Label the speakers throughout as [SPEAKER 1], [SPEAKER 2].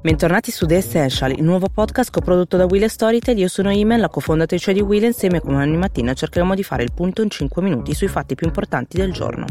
[SPEAKER 1] Bentornati su The Essential, il nuovo podcast coprodotto da Will & Storytel. Io sono Imen, la cofondatrice di Will, e insieme come ogni mattina cercheremo di fare il punto in 5 minuti sui fatti più importanti del giorno.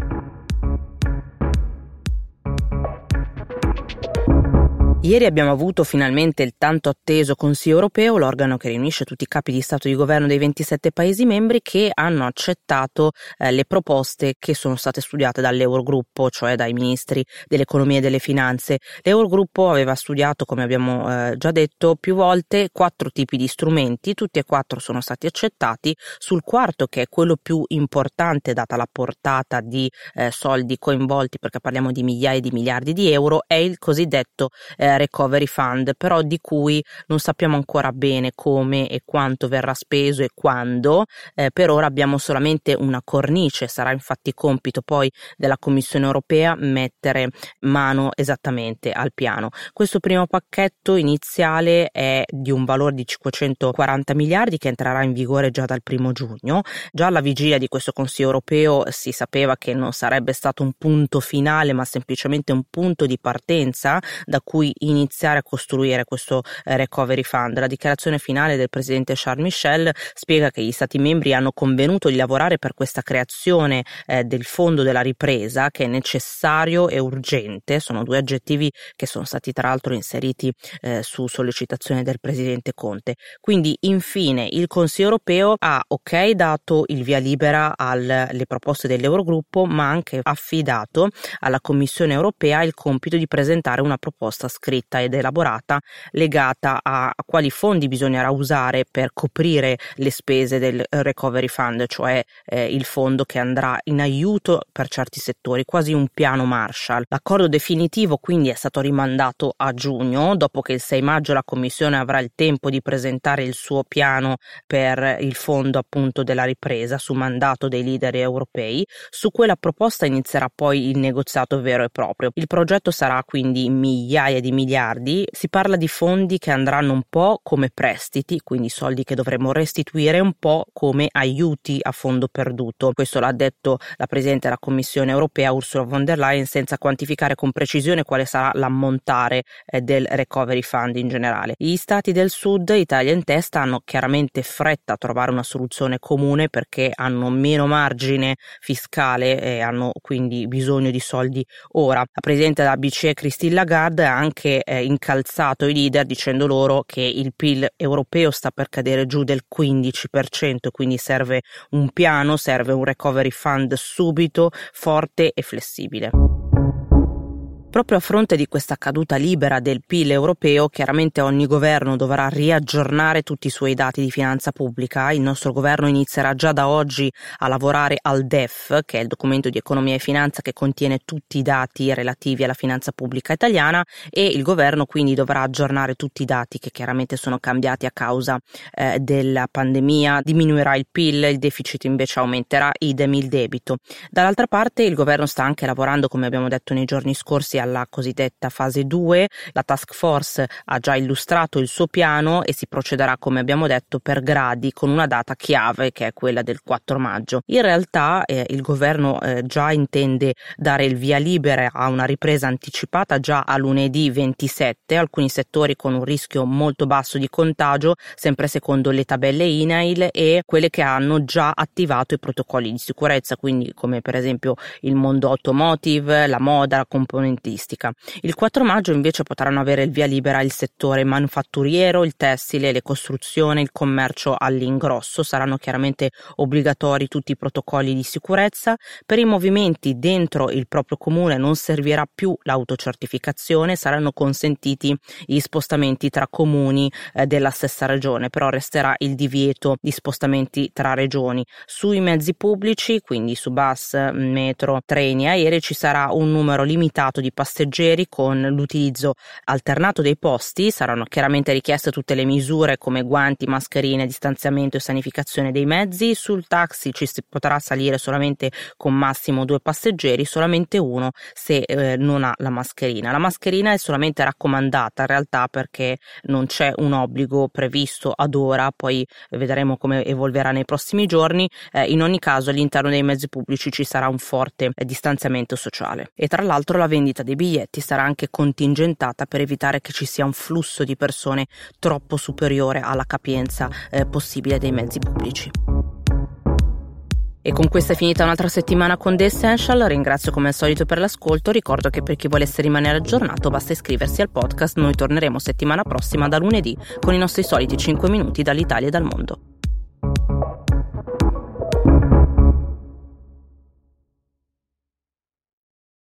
[SPEAKER 1] Ieri abbiamo avuto finalmente il tanto atteso Consiglio europeo, l'organo che riunisce tutti i capi di Stato e di Governo dei 27 Paesi membri, che hanno accettato le proposte che sono state studiate dall'Eurogruppo, cioè dai ministri dell'economia e delle finanze. L'Eurogruppo aveva studiato, come abbiamo già detto più volte, 4 tipi di strumenti, tutti e 4 sono stati accettati. Sul quarto, che è quello più importante data la portata di soldi coinvolti, perché parliamo di migliaia di miliardi di euro, è il cosiddetto Recovery Fund, però di cui non sappiamo ancora bene come e quanto verrà speso e quando. Per ora abbiamo solamente una cornice, sarà infatti compito poi della Commissione europea mettere mano esattamente al piano. Questo primo pacchetto iniziale è di un valore di 540 miliardi che entrerà in vigore già dal 1 giugno. Già alla vigilia di questo Consiglio europeo si sapeva che non sarebbe stato un punto finale, ma semplicemente un punto di partenza da cui iniziare a costruire questo Recovery Fund. La dichiarazione finale del presidente Charles Michel spiega che gli stati membri hanno convenuto di lavorare per questa creazione del fondo della ripresa, che è necessario e urgente. Sono 2 aggettivi che sono stati tra l'altro inseriti su sollecitazione del presidente Conte. Quindi infine il Consiglio europeo ha dato il via libera alle proposte dell'Eurogruppo, ma ha anche affidato alla Commissione europea il compito di presentare una proposta scritta ed elaborata legata a quali fondi bisognerà usare per coprire le spese del Recovery Fund, cioè il fondo che andrà in aiuto per certi settori, quasi un piano Marshall. L'accordo definitivo quindi è stato rimandato a giugno, dopo che il 6 maggio la Commissione avrà il tempo di presentare il suo piano per il fondo appunto della ripresa su mandato dei leader europei. Su quella proposta inizierà poi il negoziato vero e proprio. Il progetto sarà quindi migliaia di miliardi. Si parla di fondi che andranno un po' come prestiti, quindi soldi che dovremo restituire, un po' come aiuti a fondo perduto. Questo l'ha detto la Presidente della Commissione europea Ursula von der Leyen, senza quantificare con precisione quale sarà l'ammontare del Recovery Fund in generale. Gli Stati del Sud, Italia in testa, hanno chiaramente fretta a trovare una soluzione comune perché hanno meno margine fiscale e hanno quindi bisogno di soldi ora. La Presidente della BCE Christine Lagarde ha anche incalzato i leader dicendo loro che il PIL europeo sta per cadere giù del 15%, quindi serve un piano, serve un recovery fund subito, forte e flessibile. Proprio a fronte di questa caduta libera del PIL europeo, chiaramente ogni governo dovrà riaggiornare tutti i suoi dati di finanza pubblica. Il nostro governo inizierà già da oggi a lavorare al DEF, che è il documento di economia e finanza che contiene tutti i dati relativi alla finanza pubblica italiana, e il governo quindi dovrà aggiornare tutti i dati che chiaramente sono cambiati a causa della pandemia. Diminuirà il PIL, il deficit invece aumenterà, idem il debito. Dall'altra parte il governo sta anche lavorando, come abbiamo detto nei giorni scorsi, alla cosiddetta fase 2, la task force ha già illustrato il suo piano e si procederà, come abbiamo detto, per gradi con una data chiave che è quella del 4 maggio. In realtà il governo già intende dare il via libera a una ripresa anticipata già a lunedì 27, alcuni settori con un rischio molto basso di contagio, sempre secondo le tabelle INAIL, e quelle che hanno già attivato i protocolli di sicurezza, quindi come per esempio il mondo automotive, la moda, la componentistica. Il 4 maggio invece potranno avere il via libera il settore manufatturiero, il tessile, le costruzioni, il commercio all'ingrosso. Saranno chiaramente obbligatori tutti i protocolli di sicurezza. Per i movimenti dentro il proprio comune non servirà più l'autocertificazione, saranno consentiti gli spostamenti tra comuni della stessa regione, però resterà il divieto di spostamenti tra regioni. Sui mezzi pubblici, quindi su bus, metro, treni, aerei, ci sarà un numero limitato di passeggeri con l'utilizzo alternato dei posti. Saranno chiaramente richieste tutte le misure come guanti, mascherine, distanziamento e sanificazione dei mezzi. Sul taxi ci si potrà salire solamente con massimo 2 passeggeri, solamente uno se non ha la mascherina. La mascherina è solamente raccomandata in realtà, perché non c'è un obbligo previsto ad ora, poi vedremo come evolverà nei prossimi giorni. In ogni caso all'interno dei mezzi pubblici ci sarà un forte distanziamento sociale. E tra l'altro la vendita dei dei biglietti sarà anche contingentata per evitare che ci sia un flusso di persone troppo superiore alla capienza possibile dei mezzi pubblici. E con questa è finita un'altra settimana con The Essential. Ringrazio come al solito per l'ascolto. Ricordo che per chi volesse rimanere aggiornato basta iscriversi al podcast. Noi torneremo settimana prossima da lunedì con i nostri soliti 5 minuti dall'Italia e dal mondo.